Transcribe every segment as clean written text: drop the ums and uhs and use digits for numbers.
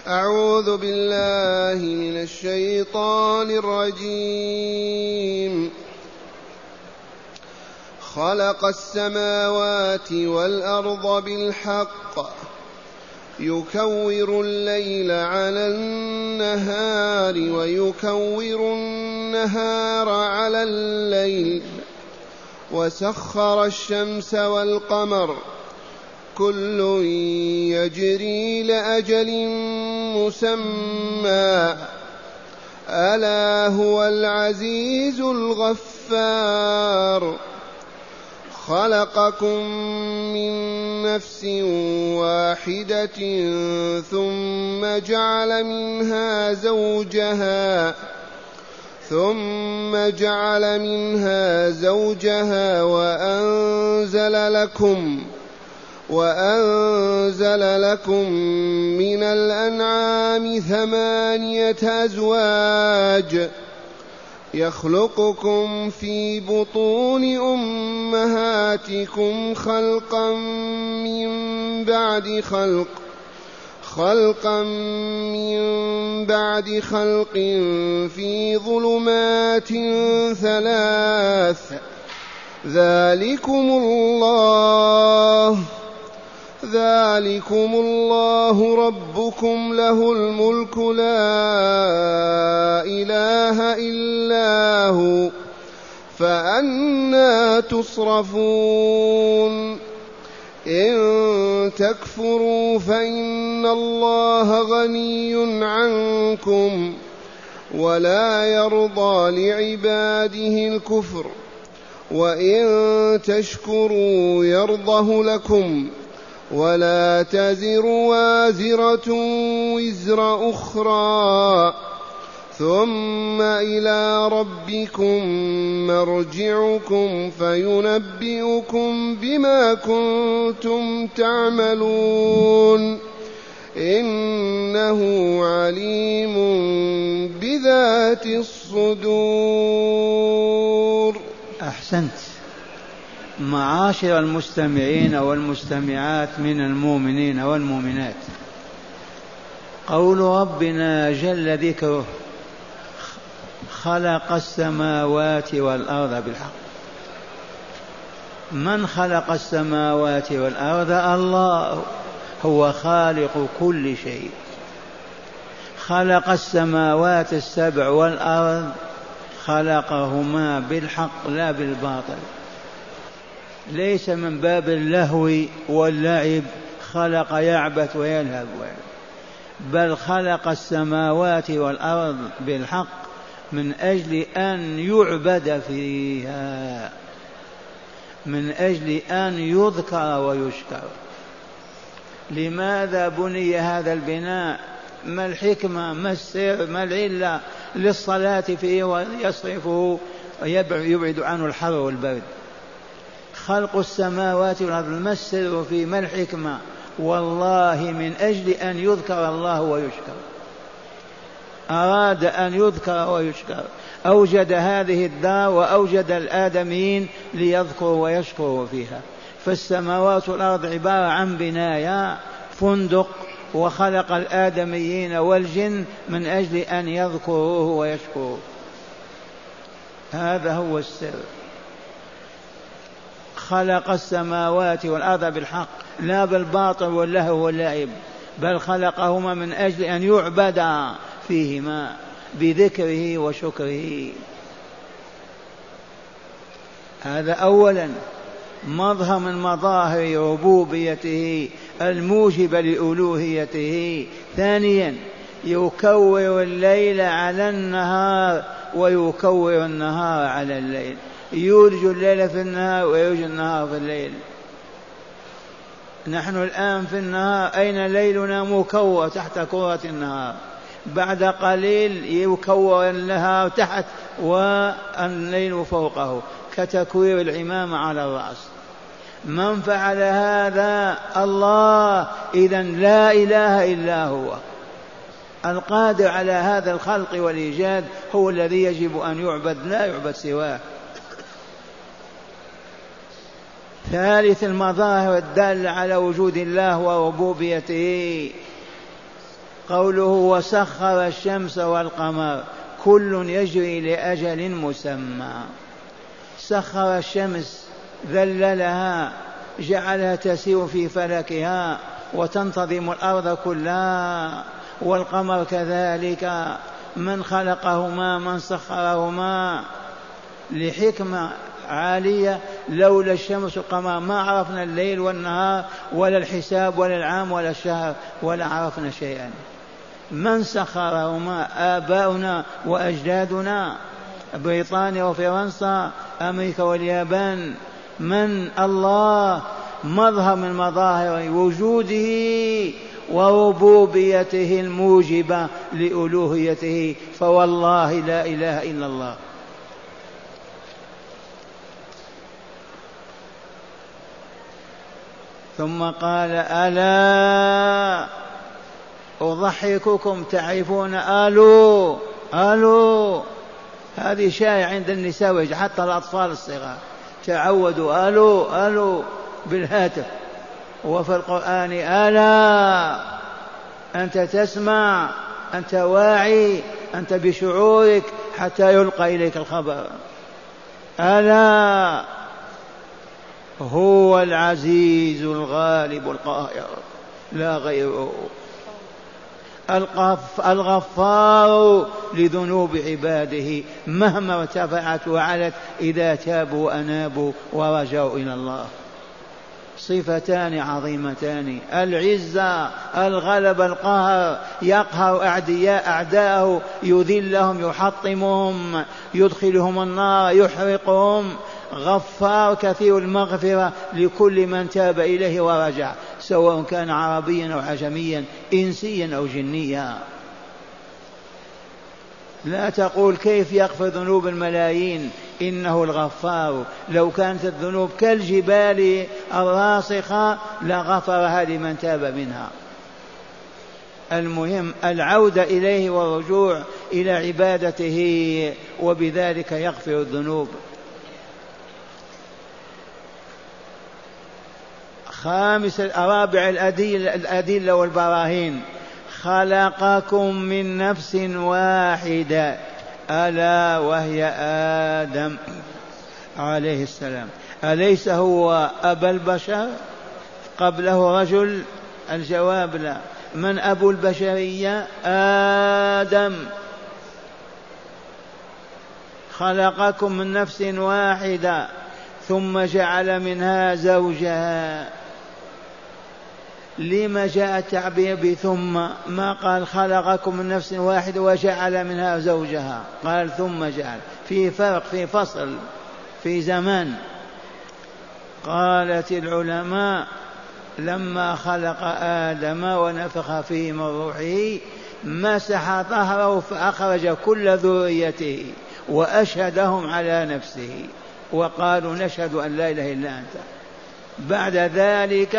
أعوذ بالله من الشيطان الرجيم. خلق السماوات والأرض بالحق يكور الليل على النهار ويكور النهار على الليل وسخر الشمس والقمر كل يجري لأجل مسمى ألا هو العزيز الغفار. خلقكم من نفس واحدة ثم جعل منها زوجها وأنزل لكم من الأنعام 8 أزواج يخلقكم في بطون أمهاتكم خلقا من بعد خلق في ظلمات 3 ذلكم الله ربكم له الملك لا إله إلا هو فأنى تصرفون. إن تكفروا فإن الله غني عنكم ولا يرضى لعباده الكفر وإن تشكروا يرضه لكم ولا تزر وازرة وزر أخرى ثم إلى ربكم مرجعكم فينبئكم بما كنتم تعملون إنه عليم بذات الصدور. أحسنت. معاشر المستمعين والمستمعات من المؤمنين والمؤمنات، قول ربنا جل ذكره خلق السماوات والأرض بالحق. من خلق السماوات والأرض؟ الله، هو خالق كل شيء. خلق السماوات 7 والأرض خلقهما بالحق لا بالباطل، ليس من باب اللهو واللعب، خلق يعبث ويلهب، بل خلق السماوات والأرض بالحق من أجل أن يعبد فيها، من أجل أن يذكر ويشكر. لماذا بني هذا البناء؟ ما الحكمة؟ ما السر؟ ما العلة للصلاة فيه ويصرفه ويبعد عنه الحر والبرد؟ خلق السماوات والأرض، ما السر فيه؟ ما الحكمة؟ والله من أجل أن يذكر الله ويشكر. أراد أن يذكر ويشكر، أوجد هذه الدار وأوجد الآدمين ليذكروا ويشكروا فيها. فالسماوات والأرض عبارة عن بناية فندق، وخلق الآدميين والجن من أجل أن يذكروه ويشكروه. هذا هو السر. خلق السماوات والأرض بالحق لا بالباطل واللهو واللعب، بل خلقهما من أجل أن يعبد فيهما بذكره وشكره. هذا أولا مظهر من مظاهر ربوبيته الموجب لألوهيته. ثانيا يكور الليل على النهار ويكور النهار على الليل، يولج الليل في النهار ويولج النهار في الليل. نحن الآن في النهار، أين ليلنا؟ مكور تحت كرة النهار، بعد قليل يكور النهار تحت والليل فوقه كتكوير العمامة على الرأس. من فعل هذا؟ الله. إذن لا إله إلا هو القادر على هذا الخلق والإيجاد، هو الذي يجب أن يعبد، لا يعبد سواه. ثالث المظاهر الدالة على وجود الله وربوبيته قوله وسخر الشمس والقمر كل يجري لأجل مسمى. سخر الشمس ذللها جعلها تسير في فلكها وتنتظم الأرض كلها، والقمر كذلك، من خلقهما من سخرهما لحكمة عالية. لولا الشمس والقمر ما عرفنا الليل والنهار ولا الحساب ولا العام ولا الشهر ولا عرفنا شيئا. من سخرهما؟ آباؤنا وأجدادنا، بريطانيا وفرنسا، أمريكا واليابان. من؟ الله، مظهر من مظاهر وجوده وربوبيته الموجبة لألوهيته، فوالله لا إله إلا الله. ثم قال ألا أضحككم تعرفون؟ ألو ألو، هذه شائعة عند النساء حتى الأطفال الصغار تعودوا ألو ألو بالهاتف. وفي القرآن ألا، أنت تسمع، أنت واعي، أنت بشعورك حتى يلقى إليك الخبر. ألا هو العزيز الغالب القاهر لا غيره، الغفار لذنوب عباده مهما ارتفعت وعلت إذا تابوا وأنابوا ورجعوا إلى الله. صفتان عظيمتان، العزة، الغلب، القهر، يقهر أعداءه، يذلهم، يحطمهم، يدخلهم النار، يحرقهم. غفار كثير المغفرة لكل من تاب إليه ورجع، سواء كان عربيا أو عجميا، إنسيا أو جنيا. لا تقول كيف يغفر ذنوب الملايين، إنه الغفار. لو كانت الذنوب كالجبال الراسخة لغفرها لمن تاب منها. المهم العودة إليه والرجوع إلى عبادته، وبذلك يغفر الذنوب. رابع الأدلة والبراهين، خلقكم من نفس واحدة ألا وهي آدم عليه السلام. أليس هو أبا البشر؟ قبله رجل؟ الجواب لا. من أبو البشرية؟ آدم. خلقكم من نفس واحدة ثم جعل منها زوجها. لما جاء التعبير بثم؟ ما قال خلقكم من نفس واحدة وجعل منها زوجها، قال ثم جعل. في فرق، في فصل، في زمان. قالت العلماء لما خلق آدم ونفخ فيه من روحه مسح ظهره فأخرج كل ذريته وأشهدهم على نفسه وقالوا نشهد أن لا إله إلا أنت. بعد ذلك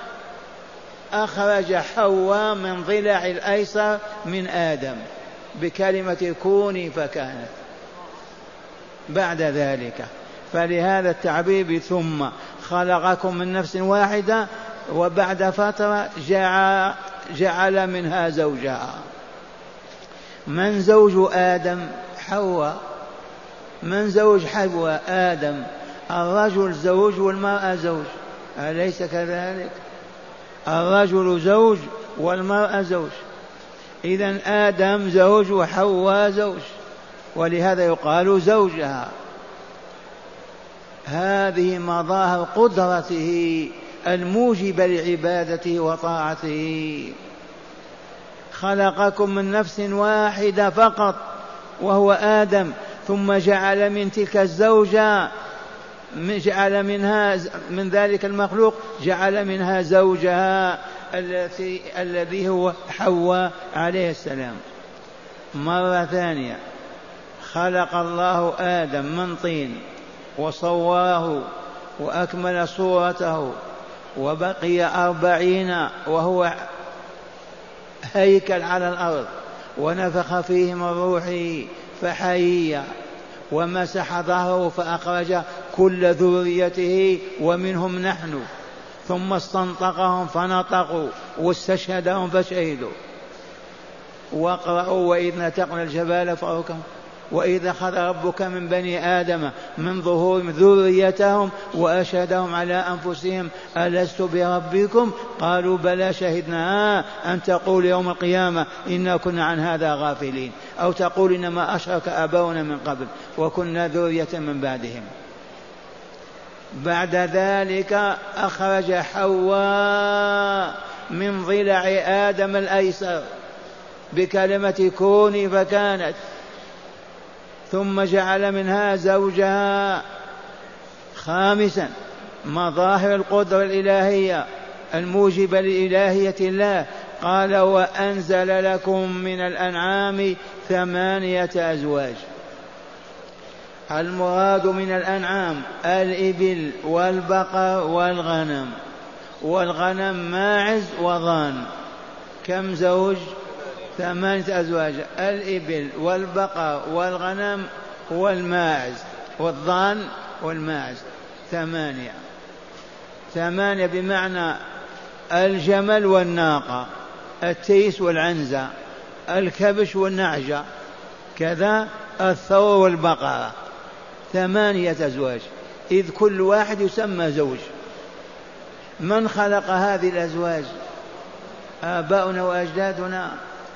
أخرج حواء من ضلع الأيسر من آدم بكلمة كوني فكانت. بعد ذلك فلهذا التعبير ثم خلقكم من نفس واحدة وبعد فترة جعل منها زوجها. من زوج آدم؟ حواء. من زوج حواء؟ آدم. الرجل زوج والمرأة زوج، أليس كذلك؟ الرجل زوج والمرأة زوج، إذن آدم زوج وحواء زوج، ولهذا يقال زوجها. هذه مظاهر قدرته الموجبة لعبادته وطاعته. خلقكم من نفس واحدة فقط وهو آدم، ثم جعل من تلك الزوجة، جعل منها من ذلك المخلوق جعل منها زوجها الذي هو حواء عليه السلام. مرة ثانية خلق الله آدم من طين وصوره وأكمل صورته وبقي 40 وهو هيكل على الأرض، ونفخ فيه من روحه فحيي ومسح ظهره فأخرج كل ذريته ومنهم نحن، ثم استنطقهم فنطقوا واستشهدهم فشهدوا. واقرأوا وإذ نتقنا الجبال فوقهم وإذ أخذ ربك من بني آدم من ظهورهم ذريتهم وأشهدهم على أنفسهم ألست بربكم قالوا بلى شهدنا أن تقول يوم القيامة إنا كنا عن هذا غافلين أو تقول إنما أشرك آباؤنا من قبل وكنا ذرية من بعدهم. بعد ذلك أخرج حواء من ضلع آدم الأيسر بكلمة كوني فكانت، ثم جعل منها زوجها. خامسا مظاهر القدرة الإلهية الموجبة لإلهية الله، قال وأنزل لكم من الأنعام 8 أزواج. المراد من الأنعام الإبل والبقر والغنم، والغنم ماعز وضان. كم زوج؟ 8 أزواج، الإبل والبقر والغنم والماعز والضان والماعز 8 بمعنى الجمل والناقة، التيس والعنزة، الكبش والنعجة، كذا الثور والبقرة. 8 أزواج، إذ كل واحد يسمى زوج. من خلق هذه الأزواج؟ آباؤنا وأجدادنا.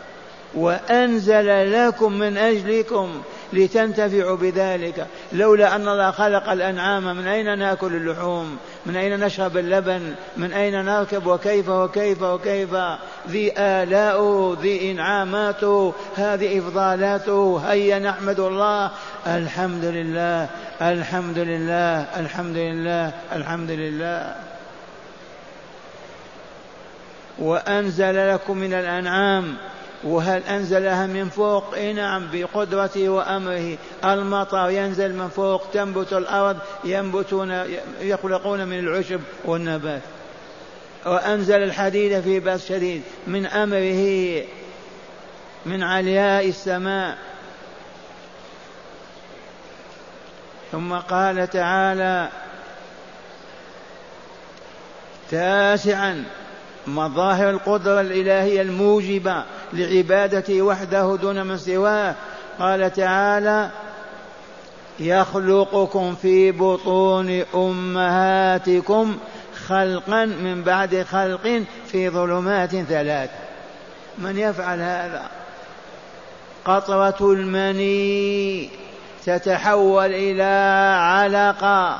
وأنزل لكم من أجلكم لتنتفعوا بذلك. لولا أن الله خلق الأنعام من أين نأكل اللحوم؟ من أين نشرب اللبن؟ من أين نركب؟ وكيف وكيف وكيف؟ ذي آلاء، ذي إنعامات، هذه إفضالاته. هيا نحمد الله. الحمد لله الحمد لله الحمد لله الحمد لله. وأنزل لكم من الأنعام. وهل أنزلها من فوق؟ نعم، بقدرته وأمره. المطر ينزل من فوق، تنبت الأرض، يخلقون من العشب والنبات. وأنزل الحديد في بأس شديد من أمره من علياء السماء. ثم قال تعالى تاسعا مظاهر القدرة الإلهية الموجبة لعبادته وحده دون من سواه، قال تعالى يخلقكم في بطون أمهاتكم خلقا من بعد خلق في ظلمات 3. من يفعل هذا؟ قطرة المني تتحول إلى علقة،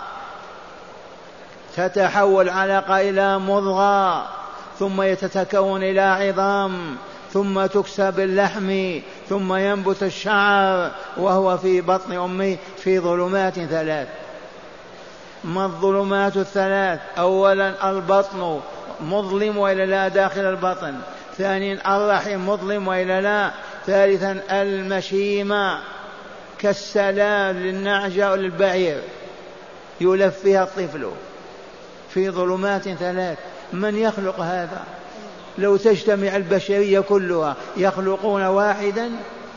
تتحول علقة إلى مضغة، ثم تتكون إلى عظام، ثم تكسى باللحم، ثم ينبت الشعر، وهو في بطن أمه في ظلمات 3. ما الظلمات 3؟ أولا البطن مظلم وإلا لا داخل البطن، ثانيا الرحم مظلم وإلا لا، ثالثا المشيمة كالسلام للنعجة وللبعير يلف فيها الطفل في ظلمات 3. من يخلق هذا؟ لو تجتمع البشرية كلها يخلقون واحدا؟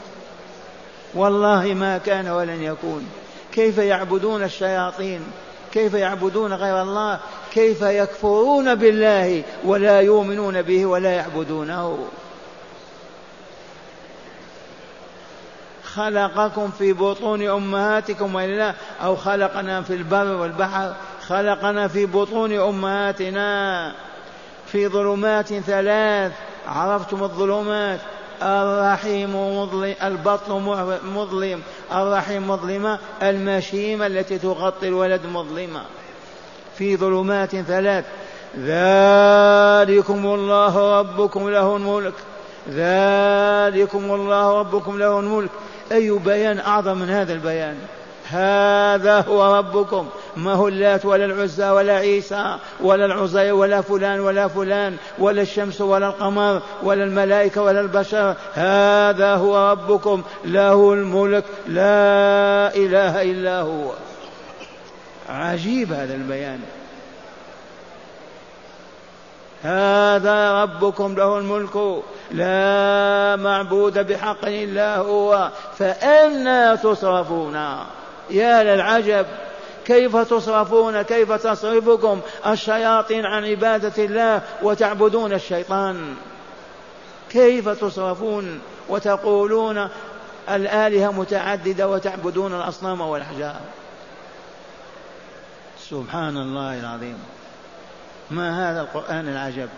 والله ما كان ولن يكون. كيف يعبدون الشياطين؟ كيف يعبدون غير الله؟ كيف يكفرون بالله ولا يؤمنون به ولا يعبدونه؟ خلقكم في بطون أمهاتكم وإلا، أو خلقنا في البر والبحر، خلقنا في بطون أمهاتنا في ظلمات 3. عرفتم الظلمات؟ الرحيم مظلم، البطن مظلم، الرحيم مظلمة، المشيمة التي تغطي الولد مظلمة، في ظلمات 3. ذلكم الله ربكم له الملك، ذلكم الله ربكم له الملك. أي بيان أعظم من هذا البيان؟ هذا هو ربكم، ما هو اللات ولا العزى ولا عيسى ولا العزير ولا فلان ولا فلان ولا الشمس ولا القمر ولا الملائكة ولا البشر. هذا هو ربكم له الملك لا إله إلا هو. عجيب هذا البيان. هذا ربكم له الملك لا معبود بحق إلا هو فأنا تصرفون؟ يا للعجب، كيف تصرفون؟ كيف تصرفكم الشياطين عن عبادة الله وتعبدون الشيطان؟ كيف تصرفون؟ وتقولون الآلهة متعددة وتعبدون الأصنام والأحجار. سبحان الله العظيم، ما هذا القرآن العجب.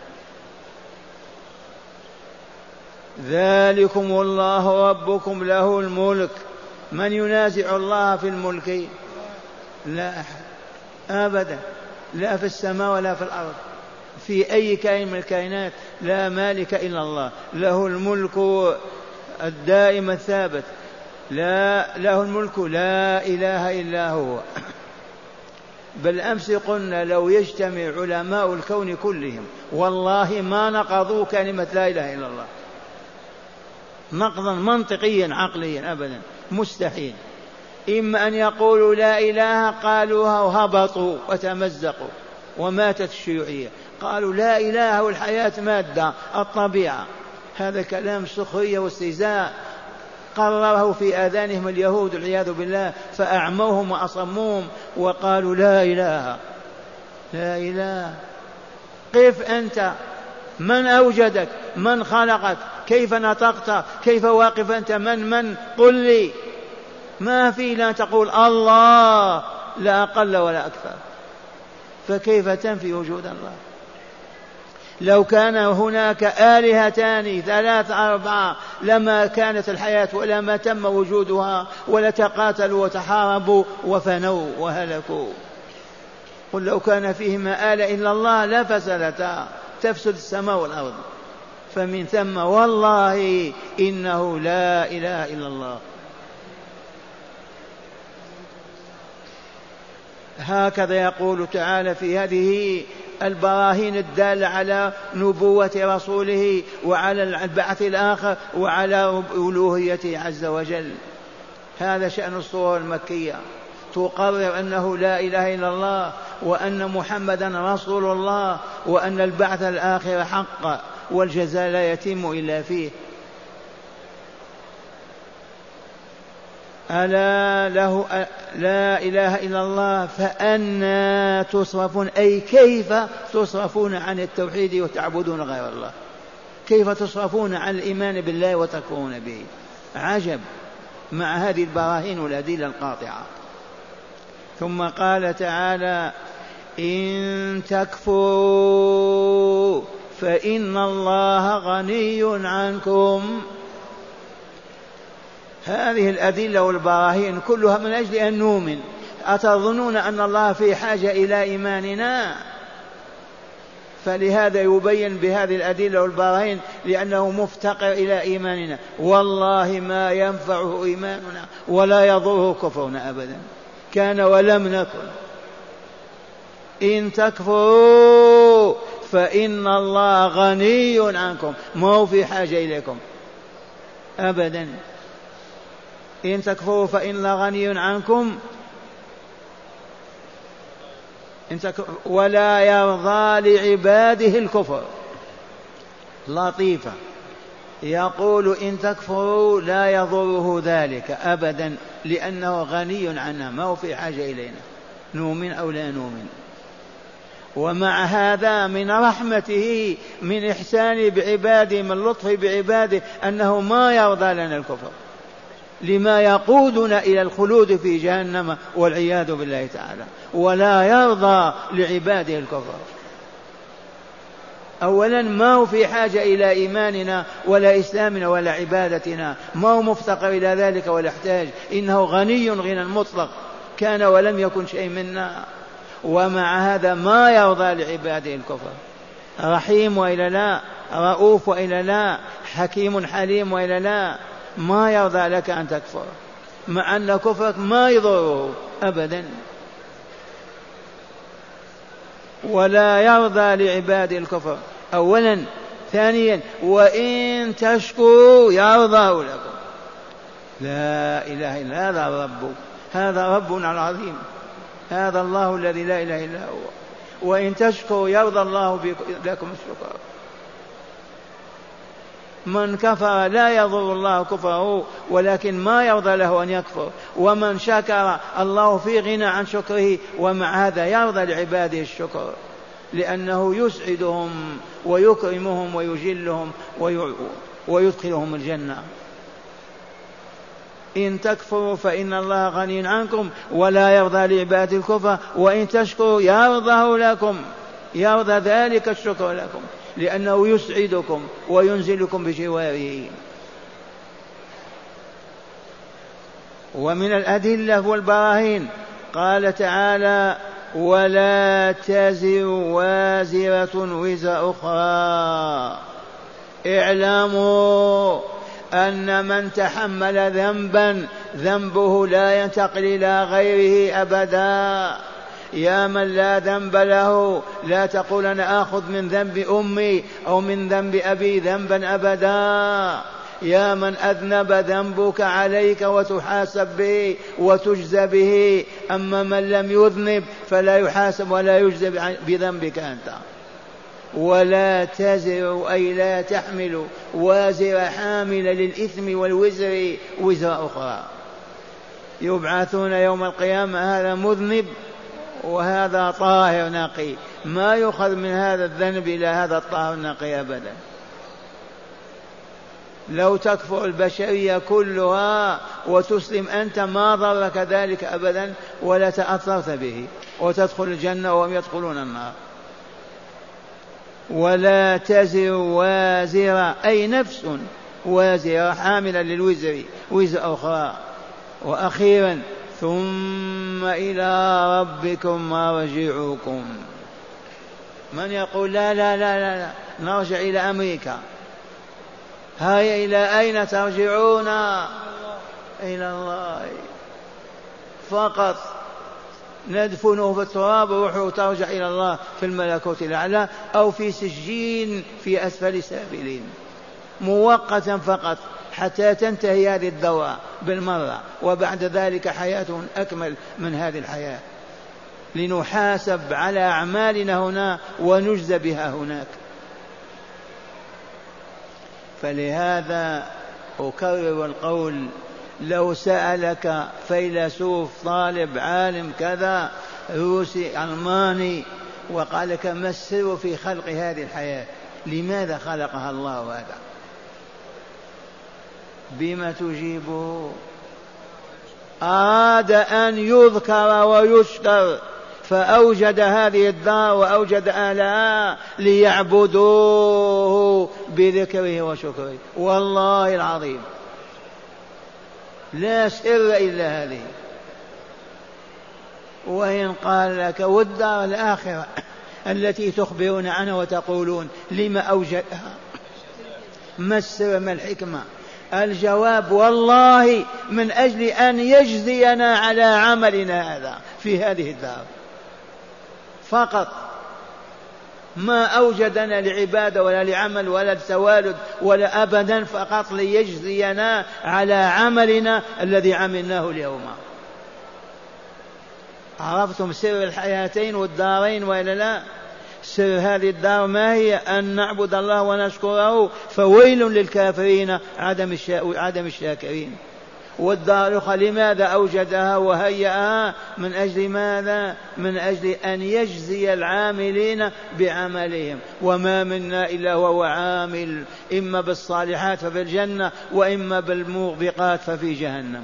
ذلكم الله ربكم له الملك. من ينازع الله في الملك؟ لا أحد أبدا، لا في السماء ولا في الأرض، في أي كائن من الكائنات لا مالك إلا الله. له الملك الدائم الثابت، لا له الملك لا إله إلا هو. بل أمس قلنا لو يجتمع علماء الكون كلهم والله ما نقضوا كلمة لا إله إلا الله نقضا منطقيا عقليا أبدا، مستحيل. إما أن يقولوا لا إله قالوها وهبطوا وتمزقوا وماتت الشيوعية، قالوا لا إله والحياة مادة الطبيعة. هذا كلام سخرية واستهزاء قرره في آذانهم اليهود والعياذ بالله، فأعموهم وأصموهم وقالوا لا إله. لا إله. قف أنت، من أوجدك؟ من خلقك؟ كيف نطقت؟ كيف واقف أنت؟ من قل لي. ما في، لا تقول الله لا أقل ولا أكثر، فكيف تنفي وجود الله؟ لو كان هناك آلهتان 3 4 لما كانت الحياة ولما تم وجودها ولتقاتلوا وتحاربوا وفنوا وهلكوا. قل لو كان فيهما آلة إلا الله لفسدتا، تفسد السماء والأرض. فمن ثم والله إنه لا إله إلا الله. هكذا يقول تعالى في هذه البراهين الدالة على نبوة رسوله وعلى البعث الآخر وعلى ألوهيته عز وجل. هذا شأن الصور المكية، تقرر أنه لا إله إلا الله وأن محمدا رسول الله وأن البعث الآخر حق والجزاء لا يتم إلا فيه. ألا له لا إله إلا الله فأنا تصرفون، أي كيف تصرفون عن التوحيد وتعبدون غير الله؟ كيف تصرفون عن الإيمان بالله وتكفرون به؟ عجب مع هذه البراهين والأدلة القاطعة. ثم قال تعالى إن تكفروا فإن الله غني عنكم. هذه الأدلة والبراهين كلها من أجل أن نؤمن. أتظنون أن الله في حاجة إلى إيماننا؟ فلهذا يبين بهذه الأدلة والبراهين لأنه مفتقر إلى إيماننا. والله ما ينفعه إيماننا ولا يضره كفرنا أبدا، كان ولم نكن. إن تكفروا فإن الله غني عنكم، ما هو في حاجة إليكم أبدا. إن تكفروا فإن الله غني عنكم ولا يرضى لعباده الكفر. لطيفة، يقول إن تكفروا لا يضره ذلك أبدا لأنه غني عنا، ما هو في حاجة إلينا نؤمن أو لا نؤمن. ومع هذا من رحمته من إحسانه بعباده من لطفه بعباده أنه ما يرضى لنا الكفر لما يقودنا إلى الخلود في جهنم والعياذ بالله تعالى، ولا يرضى لعباده الكفر. أولا ما هو في حاجة إلى إيماننا ولا إسلامنا ولا عبادتنا، ما هو مفتقر إلى ذلك ولا يحتاج، إنه غني غنى مطلق، كان ولم يكن شيء منا. ومع هذا ما يرضى لعباده الكفر. رحيم وإلا لا، رؤوف وإلا لا، حكيم حليم وإلا لا، ما يرضى لك أن تكفر مع أن كفرك ما يضره أبدا. ولا يرضى لعباده الكفر أولا. ثانيا وإن تشكروا يرضى لكم. لا إله إلا هذا الرب، هذا ربنا العظيم، هذا الله الذي لا إله إلا هو. وإن تشكروا يرضى الله لكم الشكر. من كفر لا يضر الله كفره ولكن ما يرضى له أن يكفر، ومن شكر الله في غنى عن شكره، ومع هذا يرضى لعباده الشكر لأنه يسعدهم ويكرمهم ويجلهم ويدخلهم الجنة. إن تكفروا فإن الله غني عنكم ولا يرضى لعباد الكفر وإن تشكروا يرضه لكم، يرضى ذلك الشكر لكم لأنه يسعدكم وينزلكم بجواره. ومن الأدلة والبراهين قال تعالى ولا تزر وازرة وزر أخرى. اعلموا أن من تحمل ذنبا ذنبه لا ينتقل إلى غيره أبدا. يا من لا ذنب له لا تقول أنا آخذ من ذنب أمي أو من ذنب أبي ذنبا أبدا. يا من أذنب ذنبك عليك وتحاسب به وتجزى به، أما من لم يذنب فلا يحاسب ولا يجزى بذنبك أنت. ولا تزر أي لا تحمل وازر حامل للإثم والوزر وزر أخرى. يبعثون يوم القيامة هذا مذنب وهذا طاهر نقي، ما يؤخذ من هذا الذنب إلى هذا الطاهر النقي أبدا. لو تكفر البشرية كلها وتسلم أنت ما ضرك ذلك أبدا ولا تأثرت به وتدخل الجنة وهم يدخلون النار. ولا تزر وازرة أي نفس وازرة حاملة للوزر وزر أخرى. وأخيرا ثم إلى ربكم مرجعكم. من يقول لا لا لا لا, لا نرجع إلى أمريكا، هيا إلى أين ترجعون؟ إلى الله فقط. ندفنه في التراب وروحه ترجع إلى الله في الملكوت الأعلى أو في سجين في أسفل سافلين مؤقتا فقط حتى تنتهي هذه الدورة بالمرة، وبعد ذلك حياة أكمل من هذه الحياة لنحاسب على أعمالنا هنا ونجزى بها هناك. فلهذا أكرر القول لو سألك فيلسوف طالب عالم كذا روسي ألماني وقال لك ما السر في خلق هذه الحياة، لماذا خلقها الله هذا، بما تجيبه؟ أراد أن يذكر ويشكر فأوجد هذه الدار وأوجد أهلها ليعبدوه بذكره وشكره. والله العظيم لا سر إلا هذه. وإن قال لك والدار الآخرة التي تخبرون عنها وتقولون لما أوجدها، ما السر ما الحكمة؟ الجواب والله من أجل أن يجزينا على عملنا هذا في هذه الدار فقط، ما أوجدنا لعبادة ولا لعمل ولا لتوالد ولا أبدا، فقط ليجزينا على عملنا الذي عملناه اليوم. عرفتم سر الحياتين والدارين وإلا لا؟ سر هذه الدار ما هي؟ أن نعبد الله ونشكره، فويل للكافرين عدم الشاكرين. والدار الأخرى لماذا أوجدها وهيئها؟ من أجل ماذا؟ من أجل أن يجزي العاملين بعملهم، وما منا إلا وهو عامل، إما بالصالحات ففي الجنة وإما بالموبقات ففي جهنم.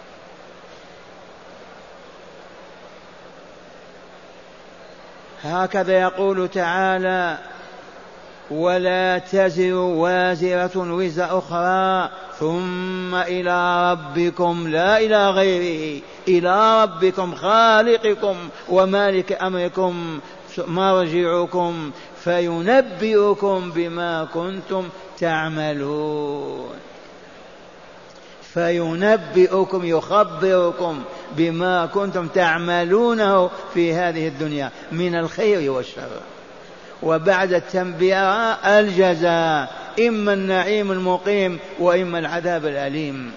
هكذا يقول تعالى ولا تزر وازرة وزر أخرى ثم إلى ربكم، لا إلى غيره، إلى ربكم خالقكم ومالك أمركم مرجعكم فينبئكم بما كنتم تعملون. فينبئكم يخبركم بما كنتم تعملونه في هذه الدنيا من الخير والشر، وبعد التنبيه الجزاء، إما النعيم المقيم وإما العذاب الأليم.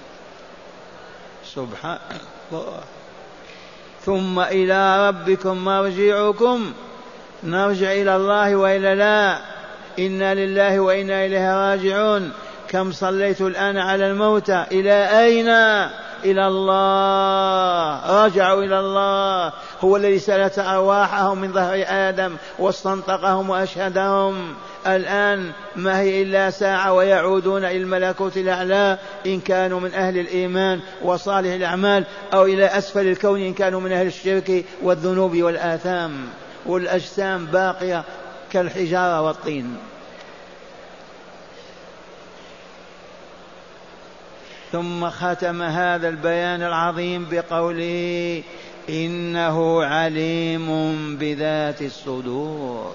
سبحان الله. ثم إلى ربكم مرجعكم، نرجع إلى الله وإلا لا؟ إنا لله وإنا إليه راجعون. كم صليت الآن على الموتى؟ إلى أين؟ إلى الله، رجعوا إلى الله. هو الذي سلت أرواحهم من ظهر آدم واستنطقهم وأشهدهم. الآن ما هي إلا ساعة ويعودون إلى الملكوت الأعلى إن كانوا من أهل الإيمان وصالح الأعمال، أو إلى أسفل الكون إن كانوا من أهل الشرك والذنوب والآثام، والأجسام باقية كالحجارة والطين. ثم ختم هذا البيان العظيم بقوله إنه عليم بذات الصدور.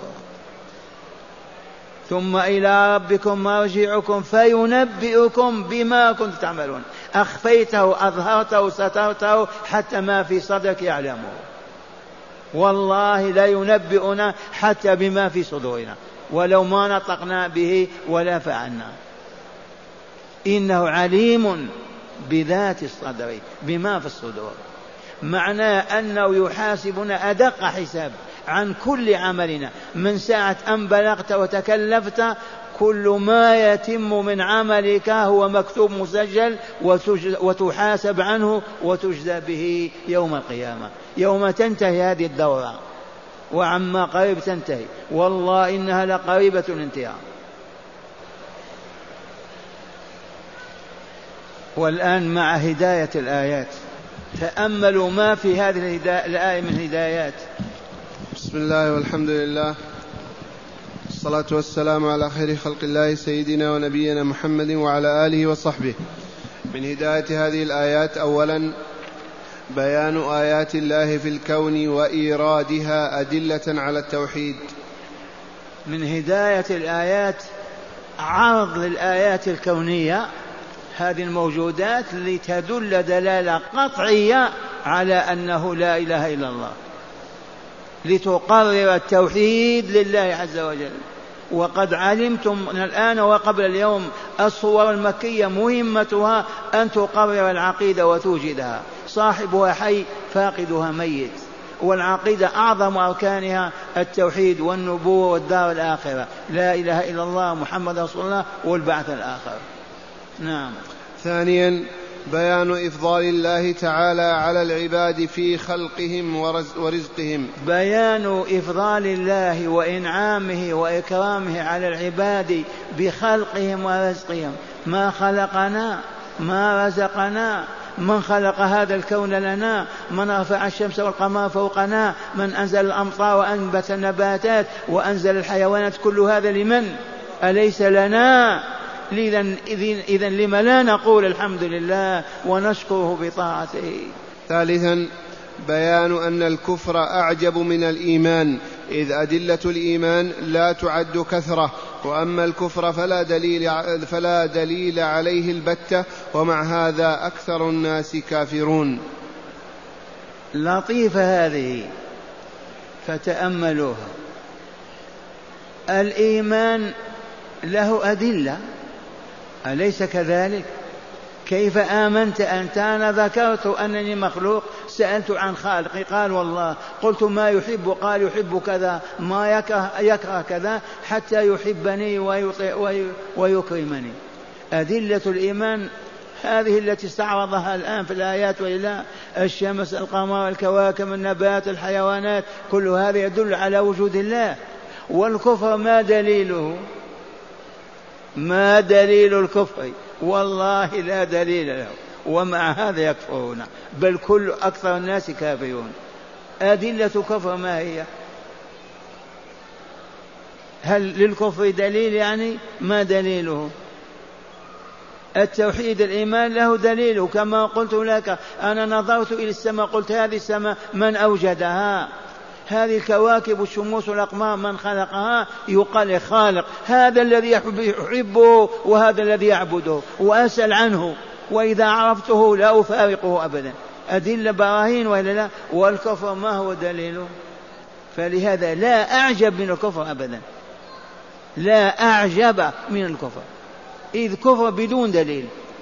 ثم إلى ربكم مرجعكم فينبئكم بما كنتم تعملون. أخفيته أظهرته سترته حتى ما في صدرك يعلمه. والله لا ينبئنا حتى بما في صدورنا ولو ما نطقنا به ولا فعلنا. إنه عليم بذات الصدر بما في الصدور، معناه أنه يحاسبنا أدق حساب عن كل عملنا من ساعة أن بلغت وتكلفت. كل ما يتم من عملك هو مكتوب مسجل وتحاسب عنه وتجزى به يوم القيامة، يوم تنتهي هذه الدورة، وعما قريب تنتهي، والله إنها لقريبة الانتهاء. والآن مع هداية الآيات تأملوا ما في هذه الآية من هدايات. بسم الله والحمد لله، الصلاة والسلام على خير خلق الله سيدنا ونبينا محمد وعلى آله وصحبه. من هداية هذه الآيات أولا بيان آيات الله في الكون وإيرادها أدلة على التوحيد. من هداية الآيات عرض للآيات الكونية هذه الموجودات لتدل دلالة قطعية على أنه لا إله إلا الله، لتقرر التوحيد لله عز وجل. وقد علمتم من الآن وقبل اليوم الصور المكية مهمتها أن تقرر العقيدة وتوجدها، صاحبها حي فاقدها ميت، والعقيدة أعظم أركانها التوحيد والنبوة والدار الآخرة، لا إله إلا الله محمد رسول الله والبعث الآخر. نعم. ثانيا بيان إفضال الله تعالى على العباد في خلقهم ورزقهم. بيان إفضال الله وإنعامه وإكرامه على العباد بخلقهم ورزقهم. ما خلقنا، ما رزقنا، من خلق هذا الكون لنا، من رفع الشمس والقمر فوقنا، من أنزل الأمطار وأنبت النباتات وأنزل الحيوانات، كل هذا لمن؟ أليس لنا؟ إذن لما لا نقول الحمد لله ونشكره بطاعته. ثالثا بيان أن الكفر أعجب من الإيمان، إذ أدلة الإيمان لا تعد كثرة، وأما الكفر فلا دليل عليه البتة، ومع هذا أكثر الناس كافرون. لطيفة هذه فتأملوها. الإيمان له أدلة، أليس كذلك؟ كيف آمنت أنت؟ أنا ذكرت أنني مخلوق، سألت عن خالقي قال والله، قلت ما يحب قال يحب كذا، ما يكره كذا، حتى يحبني ويكرمني. أدلة الإيمان هذه التي استعرضها الآن في الآيات، وإلى الشمس القمر الكواكب النبات الحيوانات، كل هذا يدل على وجود الله. والكفر ما دليله؟ ما دليل الكفر؟ والله لا دليل له، ومع هذا يكفرون، بل كل أكثر الناس كافرون. أدلة كفر ما هي؟ هل للكفر دليل؟ يعني ما دليله؟ التوحيد الإيمان له دليله، كما قلت لك أنا نظرت إلى السماء قلت هذه السماء من أوجدها؟ هذه الكواكب والشموس والأقمار من خلقها؟ يقال خالق، هذا الذي يحبه وهذا الذي يعبده، وأسأل عنه، وإذا عرفته لا أفارقه أبدا. أدلة براهين ولا لا؟ والكفر ما هو دليله؟ فلهذا لا أعجب من الكفر أبدا، لا أعجب من الكفر، إذ كفر بدون دليل،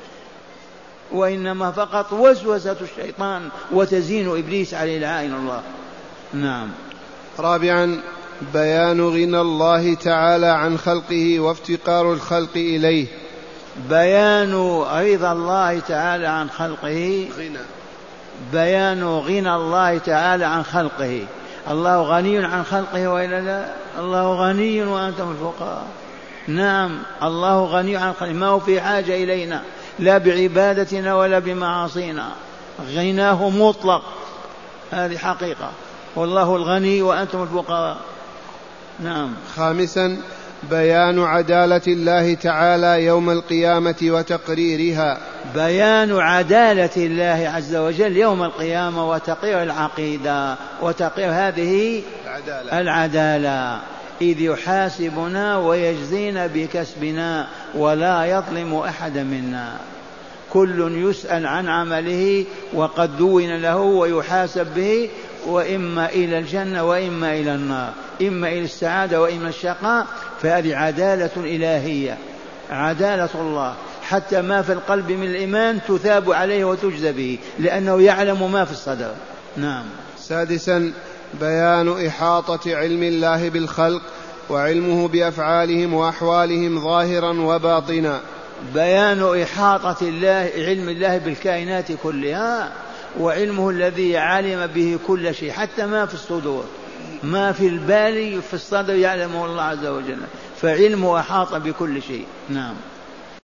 وإنما فقط وسوسة الشيطان وتزيين إبليس عليه لعائن الله. نعم. رابعا بيان غنى الله تعالى عن خلقه وافتقار الخلق إليه. بيان رضا الله تعالى عن خلقه، بيان غنى الله تعالى عن خلقه. الله غني عن خلقه وإلا لا؟ الله غني وأنتم الفقراء. نعم الله غني عن خلقه، ما هو في حاجة إلينا لا بعبادتنا ولا بمعاصينا، غناه مطلق، هذه حقيقة، والله الغني وأنتم الفقراء. نعم. خامسا بيان عدالة الله تعالى يوم القيامة وتقريرها، بيان عدالة الله عز وجل يوم القيامة وتقرير العقيدة وتقرير هذه العدالة، إذ يحاسبنا ويجزينا بكسبنا ولا يظلم أحد منا، كل يسأل عن عمله وقد دون له ويحاسب به، وإما إلى الجنة وإما إلى النار، إما إلى السعادة وإما الشقاء. فهذه عدالة إلهية، عدالة الله، حتى ما في القلب من الإيمان تثاب عليه وتجزى به، لأنه يعلم ما في الصدر. نعم. سادسا بيان إحاطة علم الله بالخلق وعلمه بأفعالهم وأحوالهم ظاهرا وباطنا، بيان إحاطة الله، علم الله بالكائنات كلها، وعلمه الذي علم به كل شيء، حتى ما في الصدور، ما في البال في الصدر يعلمه الله عز وجل، فعلمه أحاط بكل شيء. نعم.